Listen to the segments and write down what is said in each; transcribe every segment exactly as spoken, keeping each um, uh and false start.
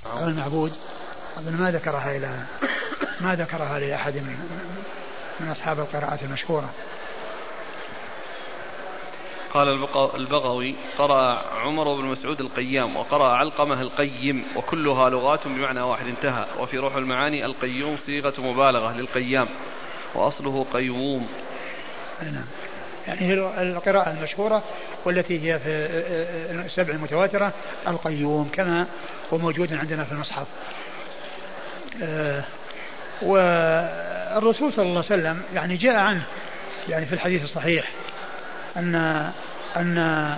أو المعبود أظن ما ذكرها إلى ما ذكرها لأحد من, من أصحاب القراءات المشهورة. قال البغوي قرأ عمر بن مسعود القيام وقرأ علقمة القيم وكلها لغات بمعنى واحد انتهى. وفي روح المعاني القيوم صيغة مبالغة للقيام وأصله قيوم. نعم يعني القراءة المشهورة والتي هي في السبع المتواترة القيوم كما هو موجود عندنا في المصحف. والرسول صلى الله عليه وسلم يعني جاء عنه يعني في الحديث الصحيح أن أن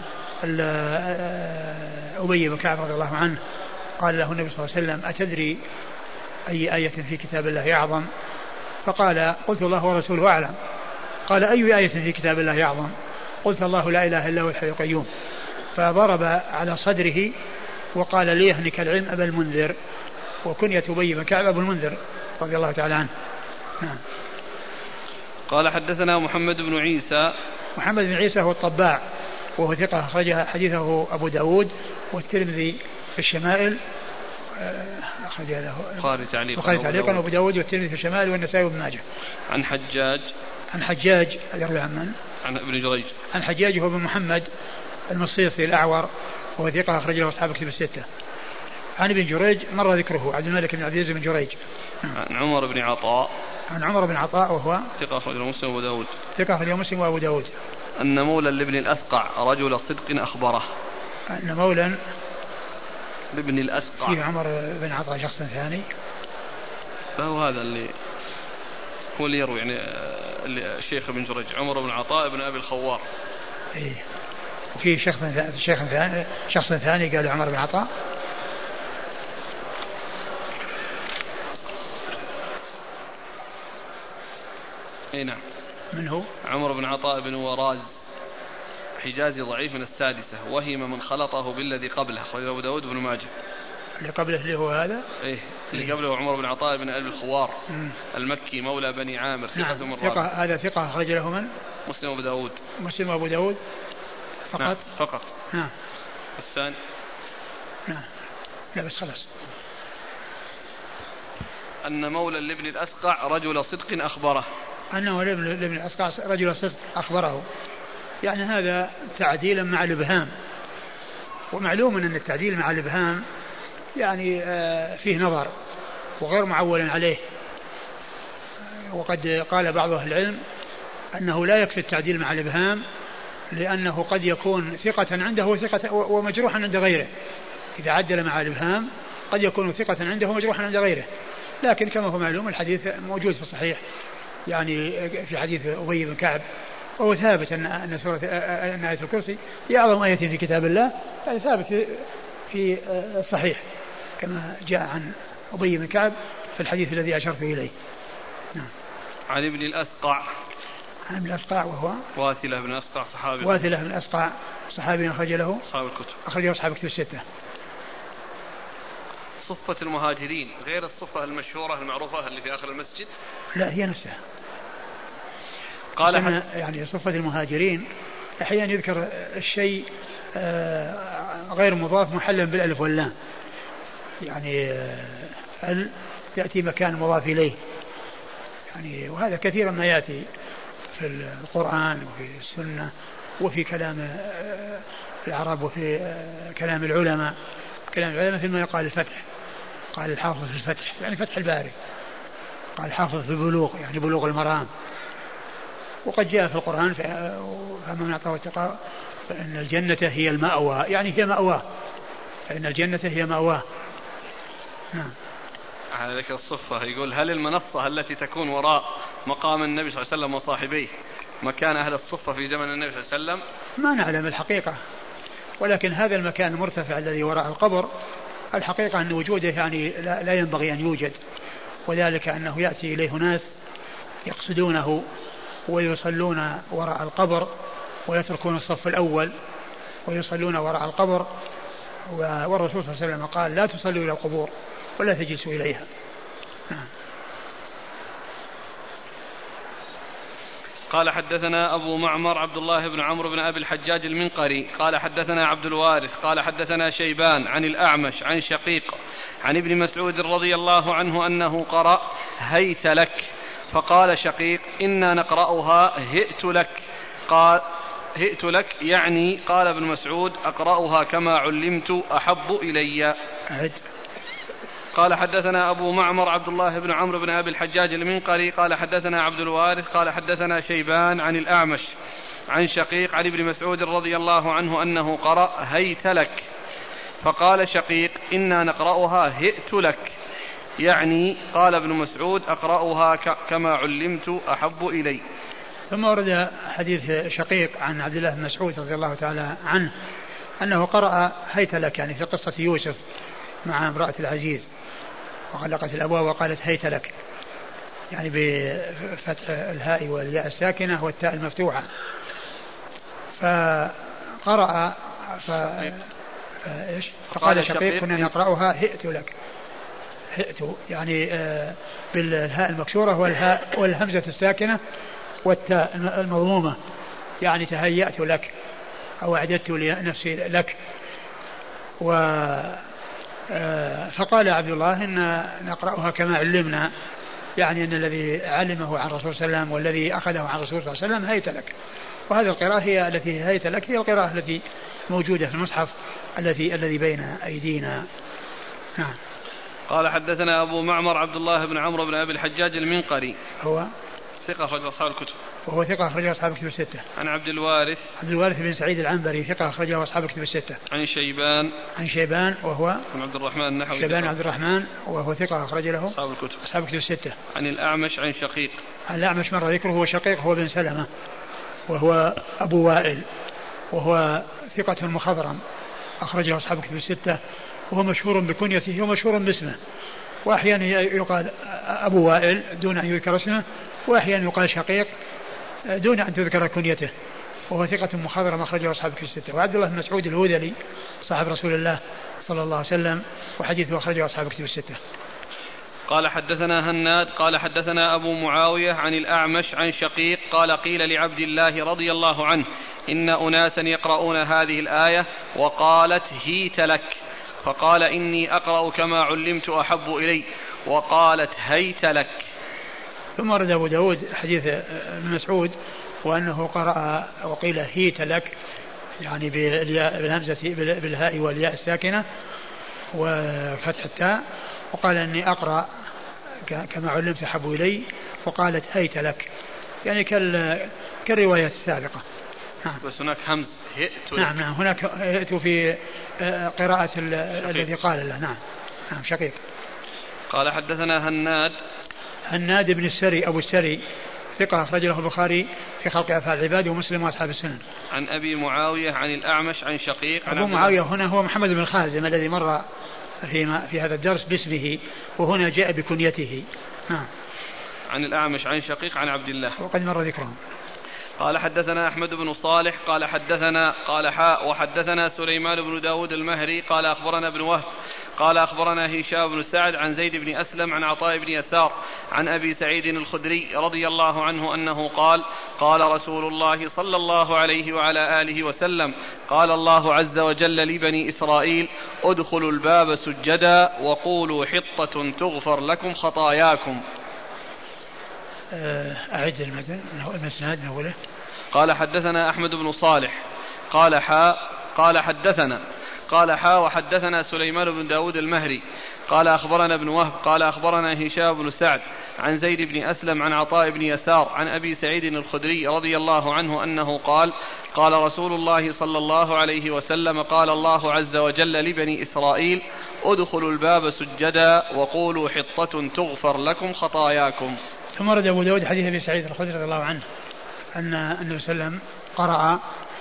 أبي بن كعب رضي الله عنه قال له النبي صلى الله عليه وسلم أتدري أي آية في كتاب الله أعظم؟ فقال قلت الله ورسوله أعلم. قال أي آية في كتاب الله أعظم؟ قلت الله لا إله إلا هو الحي القيوم. فضرب على صدره وقال ليهنك العلم أبا المنذر. وكنية أبي بن كعب أبو المنذر رضي الله تعالى عنه. نعم. قال حدثنا محمد بن عيسى. محمد بن عيسى هو الطباع وهو ثقة أخرج حديثه أبو داود والترمذي في الشمائل أخرج له البخاري تعليقا تعليقا وأبو داود والترمذي في الشمائل والنسائي وابن ماجه. عن حجاج عن حجاج يروي عن من؟ عن ابن جريج. عن حجاج هو بن محمد المصيصي الأعور وهو ثقة أخرج له أصحاب الكتب الستة. عن ابن جريج مر ذكره عبد الملك بن عبد العزيز بن جريج. عن عمر بن عطاء. عن عمر بن عطاء وهو ثقة أخرج له مسلم وأبو داود. ثقة أخرج له مسلم وأبو داود. أن مولا لابن الأثقع رجل صدق أخبره. أن مولا لابن الأثقع في عمر بن عطاء شخص ثاني. فهو هذا اللي هو اللي يروي يعني الشيخ بن جريج عمر بن عطاء بن أبي الخوار. إيه. وفي شخص شيخ ثاني شخص ثاني قال عمر بن عطاء. اي نعم. من هو؟ عمر بن عطاء بن وراز حجازي ضعيف من السادسة وهم من خلطه بالذي قبله أخرجه أبو داود بن ماجه. اللي قبله اللي هو هذا؟ إيه اللي إيه؟ قبله عمر بن عطاء بن أبي الخوار مم. المكي مولى بني عامر ثقة نعم. من ثقة هذا ثقة أخرج له من؟ مسلم وأبو داود. مسلم وأبو داود فقط. نعم. فقط. نعم. الثاني. نعم. لا بس خلاص. أن مولى لابن الأثقع رجل صدق أخبره. أنه لابن الأثقع رجل صدق أخبره يعني هذا تعديلا مع الإبهام. ومعلوم أن التعديل مع الإبهام يعني فيه نظر وغير معول عليه. وقد قال بعض أهل العلم أنه لا يكفي التعديل مع الإبهام لأنه قد يكون ثقة عنده وثقة ومجروحا عند غيره. إذا عدل مع الإبهام قد يكون ثقة عنده ومجروحا عند غيره. لكن كما هو معلوم الحديث موجود في الصحيح يعني في حديث أبي بن كعب وهو ثابت أن أن سورة أن آية الكرسي هي أعظم آية في كتاب الله يعني ثابت في الصحيح كما جاء عن أبي بن كعب في الحديث الذي أشرت إليه. نعم. عن ابن الأثقع. عن ابن الأثقع وهو واثلة بن الأثقع صحابي. واثلة بن الأثقع صحابي أخرج له أصحاب الكتب. أخرجه أصحاب الكتب الستة. صفة المهاجرين غير الصفة المشهورة المعروفة اللي في آخر المسجد. لا هي نفسها. قال حد... يعني صفة المهاجرين أحيانا يذكر الشيء غير مضاف محلا بالألف واللام يعني هل تأتي مكان مضاف إليه يعني وهذا كثيرا ما يأتي في القرآن وفي السنة وفي كلام العرب وفي كلام العلماء. كلام العلماء فيما يقال الفتح قال الحافظ في الفتح يعني فتح الباري. قال الحافظ في البلوغ يعني بلوغ المرام. وقد جاء في القرآن فمن أعطاه واتقى فإن الجنة هي المأوى يعني هي مأواه فإن الجنة هي مأواه. نعم. على ذكر الصفة يقول هل المنصة التي تكون وراء مقام النبي صلى الله عليه وسلم وصاحبيه مكان أهل الصفة في زمن النبي صلى الله عليه وسلم؟ ما نعلم الحقيقة ولكن هذا المكان المرتفع الذي وراء القبر الحقيقة أن وجوده يعني لا, لا ينبغي أن يوجد وذلك أنه يأتي إليه ناس يقصدونه ويصلون وراء القبر ويتركون الصف الأول ويصلون وراء القبر. والرسول صلى الله عليه وسلم قال لا تصلوا إلى القبور ولا تجلسوا إليها. نعم. قال حدثنا أبو معمر عبد الله بن عمرو بن أبي الحجاج المنقري قال حدثنا عبد الوارث قال حدثنا شيبان عن الأعمش عن شقيق عن ابن مسعود رضي الله عنه أنه قرأ هيت لك، فقال شقيق إنا نقرأها هئت لك. قال هئت لك يعني قال ابن مسعود أقرأها كما علمت أحب إلي. قال حدثنا أبو معمر عبد الله بن عمرو بن أبي الحجاج المنقري قال حدثنا عبد الوارث قال حدثنا شيبان عن الأعمش عن شقيق عن ابن مسعود رضي الله عنه أنه قرأ هيت لك، فقال شقيق إنا نقرأها هئت لك يعني قال ابن مسعود أقرأها كما علمت أحب إلي. ثم ورد حديث شقيق عن عبد الله بن مسعود رضي الله تعالى عنه أنه قرأ هيت لك يعني في قصة يوسف مع امرأة العزيز وغلقت الأبواب وقالت هيت لك، يعني بفتح الهاء والياء الساكنة والتاء المفتوحة. فقرأ ف... فإيش؟ فقال شقيق كنا نقرأها هئت لك، هئت يعني بالهاء المكسورة والهاء والهمزة الساكنة والتاء المضمومة، يعني تهيأت لك أو أعددت لنفسي لك. و فقال عبد الله إن نقرأها كما علمنا، يعني أن الذي علمه عن الرسول صلى الله عليه وسلم والذي أخذه عن الرسول صلى الله عليه وسلم هيت لك. وهذه القراءة هي التي هيت لك هي القراءة التي موجودة في المصحف الذي الذي بين أيدينا. نعم. قال حدثنا أبو معمر عبد الله بن عمرو بن أبي الحجاج المنقري هو ثقة أخرج أصحاب الكتب وهو ثقة أخرج أصحاب الكتب الستة. عن عبد الوارث عبد الوارث بن سعيد العنبري ثقة أخرجه أصحاب الكتب الستة. عن شيبان عن شيبان وهو عن عبد الرحمن النحوي شيبان عبد الرحمن وهو ثقة أخرج له أصحاب الكتب أصحاب الكتب الستة. عن الأعمش عن شقيق عن الأعمش مر ذكره هو شقيق هو بن سلمة وهو أبو وائل وهو ثقة مخضرم أخرجه أصحاب الكتب الستة، وهو مشهور بكنيته ومشهور باسمه، وأحيانا يقال أبو وائل دون أن يذكر اسمه، وأحيانا يقال شقيق دون أن تذكر كنيته، وهو ثقة مخضرم أخرجه أصحاب الكتب الستة. وعبد الله بن مسعود الهذلي صاحب رسول الله صلى الله عليه وسلم وحديثه أخرجه أصحاب الكتب الستة. قال حدثنا هناد قال حدثنا أبو معاوية عن الأعمش عن شقيق قال قيل لعبد الله رضي الله عنه إن أناسا يقرؤون هذه الآية وقالت هيت لك، فقال إني أقرأ كما علمت أحب إلي، وقالت هيت لك. ثم ورد أبو داود حديث ابن مسعود وأنه قرأ وقيل هيت لك يعني بالهمزة بالهاء والياء الساكنة وفتح التاء، وقال إني أقرأ كما علمت أحب إلي، وقالت هيت لك يعني كالرواية السابقة. نعم. بس هناك همز هئت. نعم نعم هناك هئت في قراءة الذي قال له. نعم نعم شقيق. قال حدثنا هناد هناد بن السري أبو السري ثقة أخرج له البخاري في خلق أفعال العباد ومسلم وأصحاب السنن. عن أبي معاوية عن الأعمش عن شقيق. أبو معاوية هنا هو محمد بن خازم الذي مر في في هذا الدرس باسمه، وهنا جاء بكنيته. نعم. عن الأعمش عن شقيق عن عبد الله وقد مر ذكرهم. قال حدثنا أحمد بن صالح قال حدثنا قال حاء وحدثنا سليمان بن داود المهري قال أخبرنا ابن وهب قال أخبرنا هشام بن سعد عن زيد بن أسلم عن عطاء بن يسار عن أبي سعيد الخدري رضي الله عنه أنه قال قال رسول الله صلى الله عليه وعلى آله وسلم قال الله عز وجل لبني إسرائيل ادخلوا الباب سجدا وقولوا حطة تغفر لكم خطاياكم. أعد المتن المسند نقوله. قال حدثنا أحمد بن صالح قال حاء قال حدثنا قال حاء وحدثنا سليمان بن داود المهري قال أخبرنا ابن وهب قال أخبرنا هشام بن سعد عن زيد بن أسلم عن عطاء بن يسار عن أبي سعيد الخدري رضي الله عنه أنه قال قال رسول الله صلى الله عليه وسلم قال الله عز وجل لبني إسرائيل ادخلوا الباب سجدا وقولوا حطة تغفر لكم خطاياكم. ثم ورد أبو داود حديث أبي سعيد الخدري رضي الله عنه أن النبي صلى الله عليه وسلم قرأ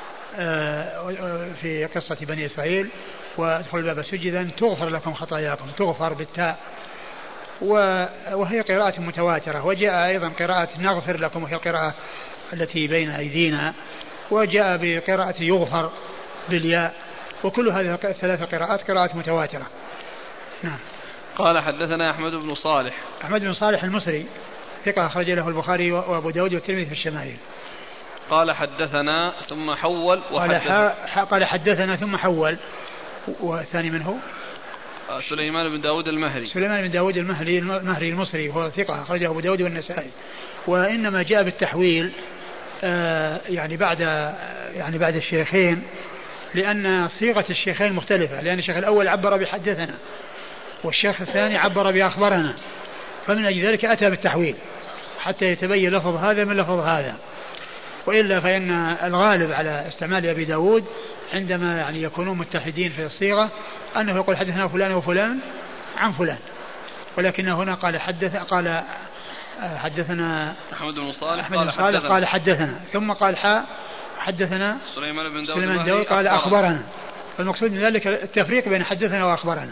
في قصة بني إسرائيل وادخلوا الباب سجدا تغفر لكم خطاياكم، تغفر بالتاء، وهي قراءة متواترة. وجاء أيضا قراءة نغفر لكم وهي القراءة التي بين أيدينا، وجاء بقراءة يغفر بالياء، وكل هذه الثلاث قراءات قراءات متواترة. نعم. قال حدثنا أحمد بن صالح أحمد بن صالح المصري ثقة أخرج له البخاري وأبو داود والترمذي في الشمائل. قال حدثنا ثم حول قال, قال حدثنا ثم حول، والثاني منه سليمان بن داود المهري. سليمان بن داود المهري المهري المصري وهو ثقة أخرجه أبو داود والنسائي. وإنما جاء بالتحويل آه يعني بعد يعني بعد الشيخين، لأن صيغة الشيخين مختلفة، لأن الشيخ الأول عبر بحدثنا والشيخ الثاني عبر بأخبرنا، فمن أجل ذلك أتى بالتحويل حتى يتبين لفظ هذا من لفظ هذا. وإلا فإن الغالب على استعمال أبي داود عندما يعني يكونون متحدين في الصيغة أنه يقول حدثنا فلان وفلان عن فلان، ولكن هنا قال حدث قال حدثنا أحمد بن صالح قال, قال, قال حدثنا ثم قال حاء حدثنا سليمان بن داود, سليمان داود قال أخبرنا. فالمقصود من ذلك التفريق بين حدثنا وأخبرنا.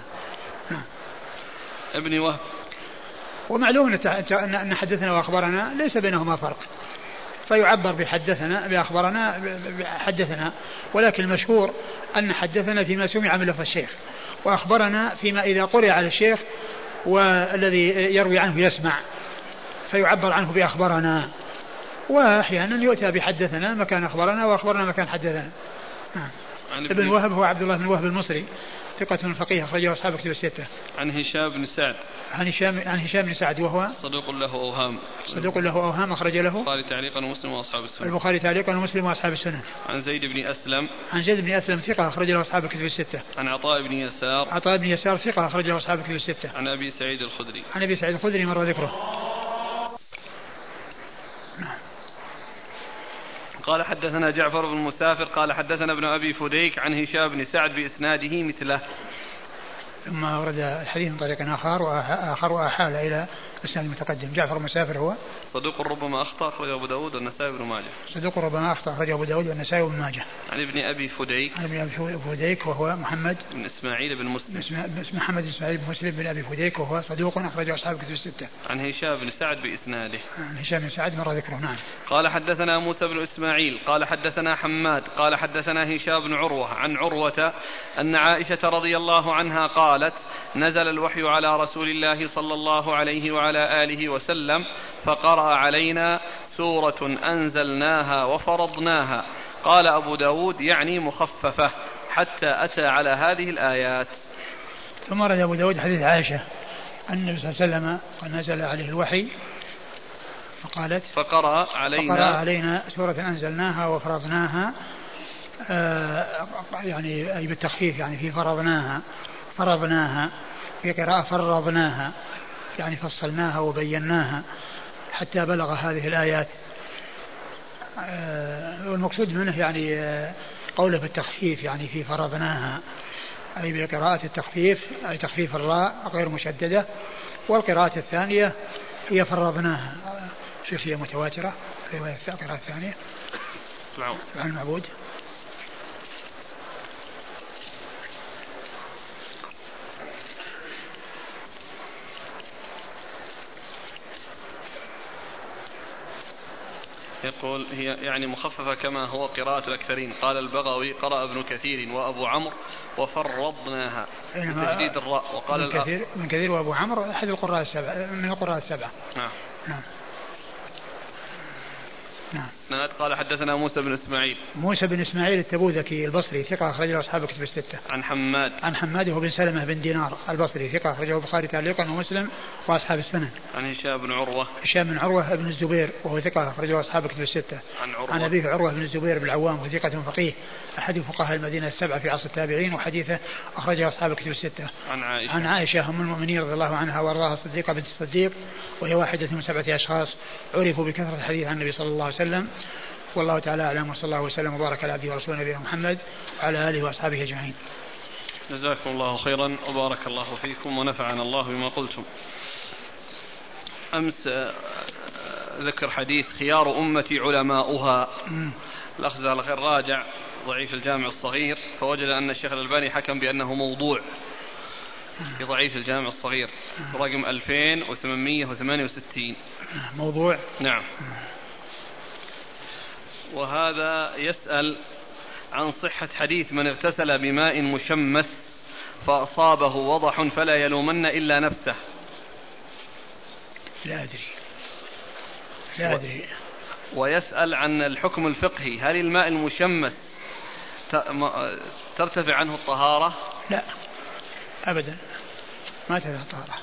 ابن وهب. ومعلوم أن حدثنا وأخبرنا ليس بينهما فرق، فيعبر بحدثنا بأخبرنا بحدثنا، ولكن المشهور أن حدثنا فيما سمع من لفظ الشيخ، وأخبرنا فيما إذا قرئ على الشيخ والذي يروي عنه يسمع فيعبر عنه بأخبرنا. وأحيانا يؤتى بحدثنا مكان أخبرنا وأخبرنا مكان حدثنا. ابن وهب هو عبد الله بن وهب المصري ثقة فقيه أخرجه أصحاب كتب الستة. عن هشام بن سعد. عن هشام عن هشام بن سعد وهو صدوق له أوهام. صدوق له أوهام أخرج له البخاري تعليقا ومسلم وأصحاب السنن. البخاري تعليقا ومسلم وأصحاب السنن. عن زيد بن أسلم. عن زيد بن أسلم ثقة أخرج له أصحاب كتب الستة. عن عطاء بن يسار. عطاء بن يسار ثقة أخرج له أصحاب كتب الستة. عن أبي سعيد الخدري. عن أبي سعيد الخدري مر ذكره. قال حدثنا جعفر بن مسافر قال حدثنا ابن أبي فديك عن هشام بن سعد بإسناده مثله. ثم ورد الحديث من طريق آخر وآخر وأحال إلى الإسناد المتقدم. جعفر بن مسافر هو صدوق ربما أخطأ أخرجه أبو داود والنسائي بن ماجه. صدوق ربما أخطأ أخرجه أبو داود والنسائي بن ماجه. عن ابن أبي فديك. عن ابن أبي فديك وهو محمد بن إسماعيل بن مسلم. اسم محمد بن إسماعيل بن مسلم بن أبي فديك وهو صدوق أخرجه أصحاب كتب الستة. عن هشام بن سعد بإسناده. عن هشام بن سعد مر ذكره. نعم. قال حدثنا موسى بن إسماعيل قال حدثنا حماد قال حدثنا هشام بن عروة عن عروة أن عائشة رضي الله عنها قالت نزل الوحي على رسول الله صلى الله عليه وعلى آله وسلم فقرأ علينا سورة أنزلناها وفرضناها. قال أبو داود يعني مخففة حتى أتى على هذه الآيات. ثم ورد أبو داود حديث عائشة أن النبي صلى الله عليه وسلم قد نزل عليه الوحي فقالت فقرأ علينا, فقرأ علينا سورة أنزلناها وفرضناها آه يعني أي بالتخفيف يعني في فرضناها فرضناها في قراءة فرضناها يعني فصلناها وبيناها حتى بلغ هذه الآيات. آه والمقصود منه يعني آه قوله بالتخفيف يعني في فرضناها أي بقراءة التخفيف أي تخفيف الراء غير مشددة، والقراءة الثانية هي فرضناها هي متواترة في رواية القراءة الثانية عن المعبود. يقول هي يعني مخففة كما هو قراءة الأكثرين. قال البغوي قرأ ابن كثير وأبو عمرو وفرضناها بتشديد الراء. وقال ابن كثير, ابن كثير وأبو عمرو أحد القراء السبعة من القراء السبعة. نعم. نعم. نعم. قال حدثنا موسى بن إسماعيل. موسى بن إسماعيل التبوذكي البصري ثقة أخرجه أصحاب كتب الستة. عن حماد. عن حماد هو بن سلمة بن دينار البصري ثقة أخرجه البخاري تعليقا ومسلم وأصحاب السنن. عن هشام بن عروة. هشام بن عروة بن الزبير وهو ثقة أخرجه أصحاب كتب الستة. عن عروة. عن أبيه عروة بن الزبير بن العوام وهو ثقة فقيه أحد فقهاء المدينة السبعة في عصر التابعين وحديثه أخرجه أصحاب كتب الستة. عن عائشة. عن عائشة أم المؤمنين رضي الله عنها وأرضاها الصديقة بنت الصديق وهي واحدة من سبعة أشخاص عرفوا بكثرة الحديث عن النبي صلى الله عليه وسلم. والله تعالى أعلم وصلى الله وسلم وبارك على عبده ورسوله نبينا محمد وعلى آله وأصحابه أجمعين. جزاكم الله خيرا وبارك الله فيكم ونفعنا الله بما قلتم. أمس ذكر حديث خيار أمتي علماؤها. الأخ جزاه الله خير راجع ضعيف الجامع الصغير فوجد أن الشيخ الألباني حكم بأنه موضوع في ضعيف الجامع الصغير رقم ألفين وثمانمائة وثمانية وستين. موضوع. نعم. وهذا يسأل عن صحة حديث من اغتسل بماء مشمس فأصابه وضح فلا يلومن إلا نفسه. لا أدري لا أدري. ويسأل عن الحكم الفقهي هل الماء المشمس ترتفع عنه الطهارة؟ لا أبدا. ما ثلاث طهارة،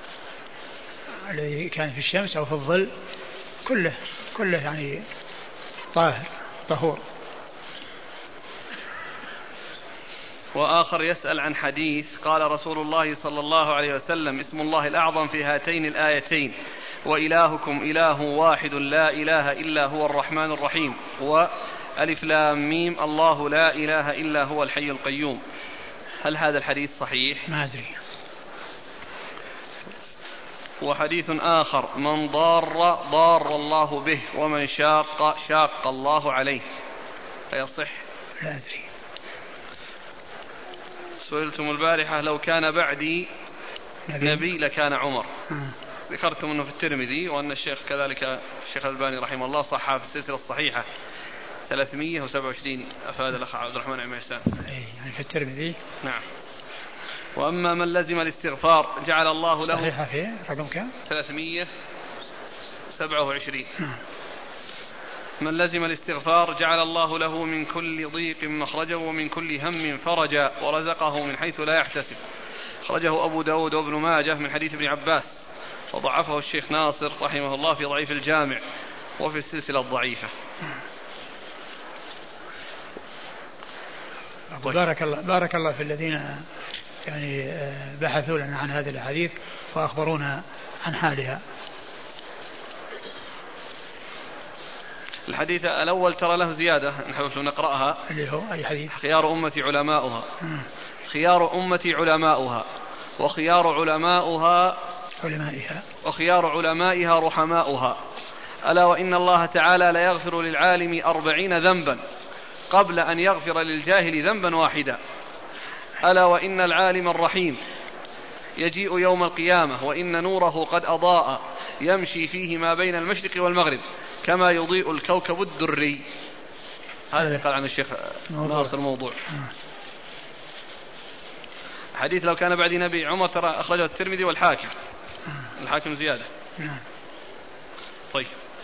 الذي كان في الشمس أو في الظل كله كله يعني طاهر طهور. وآخر يسأل عن حديث قال رسول الله صلى الله عليه وسلم اسم الله الأعظم في هاتين الآيتين وإلهكم إله واحد لا إله إلا هو الرحمن الرحيم وألف لام ميم الله لا إله إلا هو الحي القيوم. هل هذا الحديث صحيح؟ ما أدري. وحديث آخر من ضار ضار الله به ومن شاق شاق الله عليه، فيصح؟ لا أدري. سئلتم البارحة لو كان بعدي نبي, نبي لكان عمر. م. ذكرتم أنه في الترمذي وأن الشيخ كذلك الشيخ الباني رحمه الله صحها في السلسلة الصحيحة ثلاثمائة وسبعة وعشرين. أفاد الأخ عبد الرحمن عمي حسان. يعني في الترمذي. نعم. وأما من لزم الاستغفار جعل الله له صحيحة في رقم كم؟ ثلاثمائة وسبعة وعشرين. من لزم الاستغفار جعل الله له من كل ضيق مخرجا ومن كل هم فرجا ورزقه من حيث لا يحتسب. خرجه أبو داود وابن ماجه من حديث ابن عباس وضعفه الشيخ ناصر رحمه الله في ضعيف الجامع وفي السلسلة الضعيفة. بارك الله بارك الله في الذين يعني بحثوا لنا عن هذه الأحاديث وأخبرونا عن حالها. الحديث الأول ترى له زيادة نحاول نقرأها. اللي هو أي حديث؟ خيار أمتي علماؤها. خيار أمتي علماؤها وخيار علماؤها علمائها وخيار علمائها رحماؤها. ألا وإن الله تعالى لا يغفر للعالم أربعين ذنبا قبل أن يغفر للجاهل ذنبا واحدا. ألا وإن العالم الرحيم يجيء يوم القيامة وإن نوره قد أضاء يمشي فيه ما بين المشرق والمغرب كما يضيء الكوكب الدري. هذا قال عن الشيخ ناصر الموضوع. حديث لو كان بعد نبي عمر ترى أخرجه الترمذي والحاكم. الحاكم زيادة. طيب.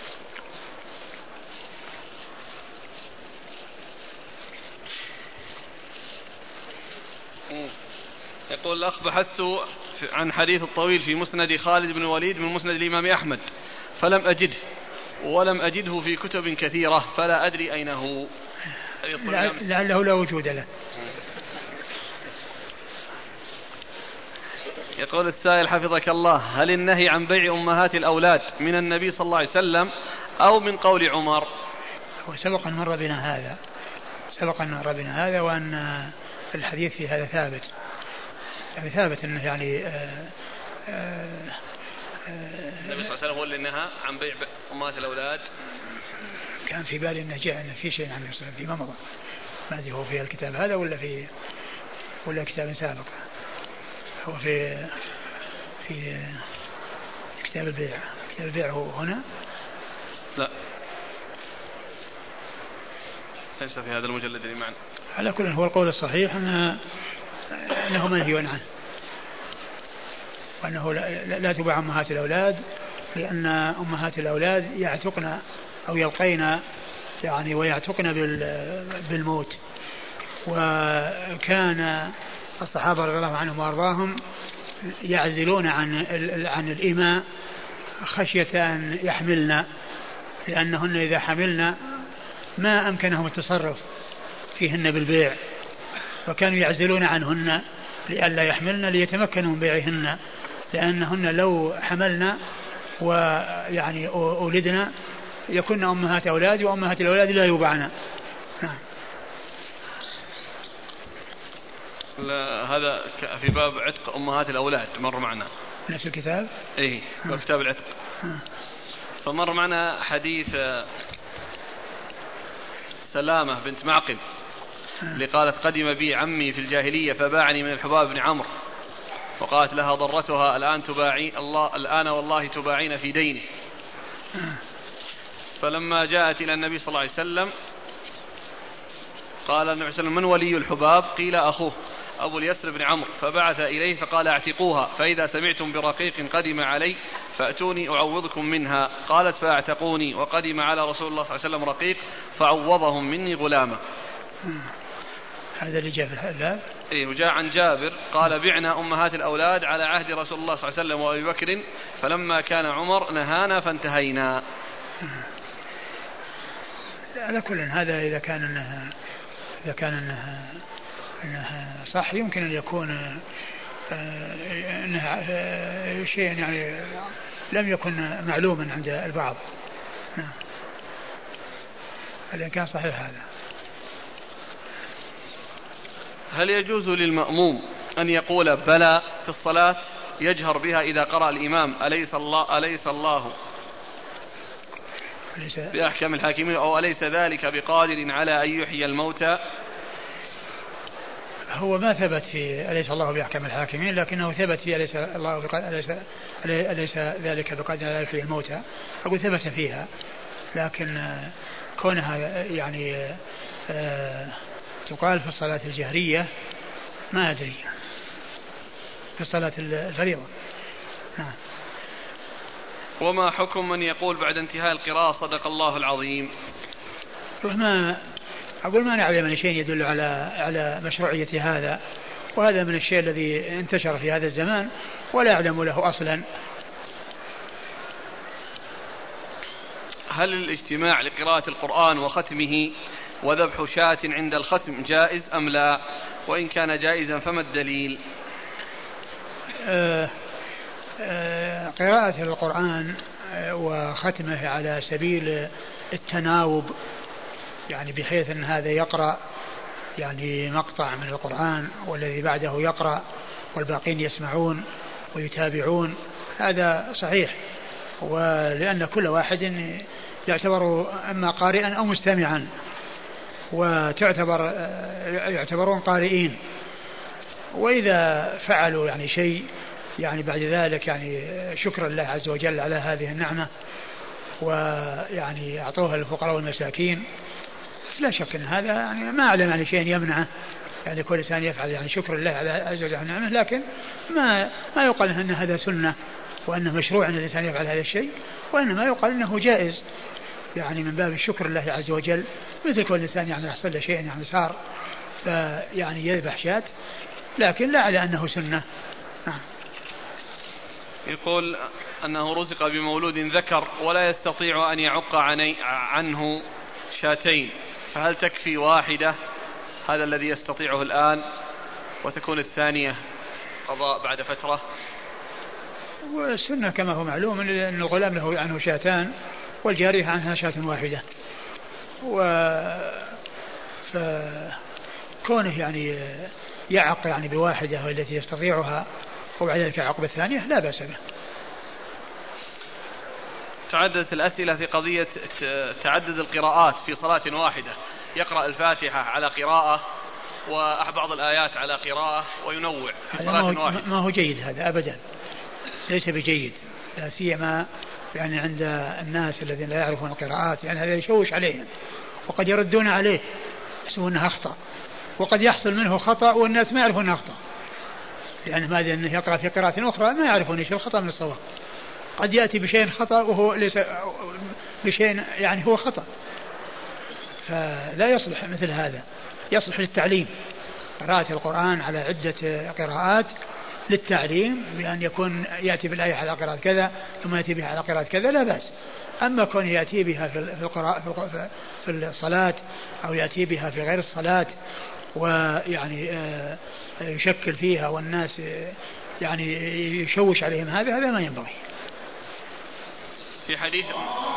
يقول الأخ بحثت عن حديث الطويل في مسند خالد بن الوليد من مسند الإمام أحمد فلم أجده ولم أجده في كتب كثيرة فلا أدري أين هو. لعله لا وجود له. يقول السائل حفظك الله هل النهي عن بيع أمهات الأولاد من النبي صلى الله عليه وسلم أو من قول عمر؟ وسبق أن مر بنا هذا سبق أن مر بنا هذا وأن الحديث في هذا ثابت يعني ثابت أنه يعني آآ آآ النبي صلى الله عليه وسلم هو اللي نهى عن بيع أمهات الأولاد. كان في بالي أنه جاء أنه في شيء عن النبي صلى الله عليه وسلم فيما مضى ما أدري هو في الكتاب هذا ولا في ولا كتاب سابق. هو في في كتاب البيع. كتاب البيع هو هنا؟ لا ليس في هذا المجلد اللي معنا. على كل هو القول الصحيح أنه أنه منهي عنه وأنه لا, لا تباع أمهات الأولاد لأن أمهات الأولاد يعتقن أو يلقين يعني ويعتقن بالموت. وكان الصحابة رضي الله عنهم وأرضاهم يعزلون عن عن الإماء خشية أن يحملن لأنهن إذا حملن ما أمكنهم التصرف فيهن بالبيع وكانوا يعزلون عنهن لئلا يحملن ليتمكنوا من بيعهن لأنهن لو حملنا ويعني أولدنا يكون أمهات أولاد وأمهات الأولاد لا يباعن. نعم. هذا في باب عتق أمهات الأولاد مر معنا نفس الكتاب. إيه كتاب العتق. فمر معنا حديث سلامة بنت معقل اللي قالت قدم بي عمي في الجاهلية فباعني من الحباب بن عمرو وقالت لها ضرتها الآن تباعي الله الآن والله تباعين في دينه. فلما جاءت إلى النبي صلى الله عليه وسلم قال النبي صلى الله عليه وسلم من ولي الحباب؟ قيل أخوه أبو اليسر بن عمرو. فبعث إليه فقال اعتقوها فإذا سمعتم برقيق قدم علي فأتوني أعوضكم منها. قالت فاعتقوني وقدم على رسول الله صلى الله عليه وسلم رقيق فعوضهم مني غلاما. هذا اللي جاء في الباب. إيه وجاء عن جابر قال بعنا أمهات الأولاد على عهد رسول الله صلى الله عليه وسلم وأبي بكر فلما كان عمر نهانا فانتهينا. على كل هذا إذا كان إنها إذا كان إنها, إنها صح يمكن أن يكون إنها شيء يعني لم يكن معلوما عند البعض. نعم هذا كان صحيح. هذا هل يجوز للمأموم أن يقول بلى في الصلاة يجهر بها إذا قرأ الإمام أليس الله أليس الله بأحكم الحاكمين أو أليس ذلك بقادر على أن يحيي الموتى؟ هو ما ثبت في أليس الله بأحكم الحاكمين لكنه ثبت في أليس الله بقادر أليس, أليس ذلك بقادر على يحيي الموتى. أقول ثبت فيها لكن كونها يعني آه تقال في الصلاة الجهرية ما أدري في الصلاة الفريضة. نعم. وما حكم من يقول بعد انتهاء القراءة صدق الله العظيم؟ ما أقول ما نعلم من شيء يدل على على مشروعية هذا، وهذا من الشيء الذي انتشر في هذا الزمان ولا أعلم له أصلا. هل الاجتماع لقراءة القرآن وختمه وذبح شاة عند الختم جائز أم لا؟ وإن كان جائزا فما الدليل؟ آه آه قراءة القرآن وختمه على سبيل التناوب يعني بحيث أن هذا يقرأ يعني مقطع من القرآن والذي بعده يقرأ والباقين يسمعون ويتابعون هذا صحيح، ولأن كل واحد يعتبر أما قارئا أو مستمعا وتعتبر يعتبرون قارئين. وإذا فعلوا يعني شيء يعني بعد ذلك يعني شكر الله عز وجل على هذه النعمة ويعني أعطوها للفقراء والمساكين لا شك أن هذا يعني ما أعلم يعني شيء يمنعه يعني كل إنسان يفعل يعني شكر الله على عز وجل على النعمة، لكن ما ما يقال أن هذا سنة وأنه مشروع أن الإنسان يفعل هذا الشيء، وإنما يقال أنه جائز يعني من باب الشكر الله عز وجل، مثل كل إنسان يعني يحصل له شيء يعني صار فيعني يذبح شاة، لكن لا على أنه سنة. نعم. يقول أنه رزق بمولود ذكر ولا يستطيع أن يعق عنه شاتين، فهل تكفي واحدة هذا الذي يستطيعه الآن وتكون الثانية قضاء بعد فترة؟ والسنة كما هو معلوم أن الغلام له عنه شاتان والجارية عنها شاة واحدة، فكونه يعني يعق يعني بواحدة التي يستطيعها وبعد ذلك يعق بالثانية لا بأس به. تعددت الأسئلة في قضية تعدد القراءات في صلاة واحدة، يقرأ الفاتحة على قراءة وبعض الآيات على قراءة وينوع في صلاة واحدة. ما هو جيد هذا أبدا، ليس بجيد، لا سيما يعني عند الناس الذين لا يعرفون القراءات، يعني هذا يشوش عليهم وقد يردون عليه يحسبون أنه أخطأ، وقد يحصل منه خطأ والناس ما يعرفون أخطأ، يعني ماذا أنه يقرأ في قراءة أخرى ما يعرفون إيش الخطأ من الصواب، قد يأتي بشيء خطأ وهو ليس بشيء يعني هو خطأ، فلا يصلح مثل هذا. يصلح للتعليم، قراءة القرآن على عدة قراءات للتعليم، بأن يكون يأتي بالآية على قراءة كذا ثم يأتي بها على قراءة كذا لا بأس. أما كون يأتي بها في القراءة في الصلاة أو يأتي بها في غير الصلاة ويعني يشكل فيها والناس يعني يشوش عليهم، هذا هذا ما ينبغي. في حديث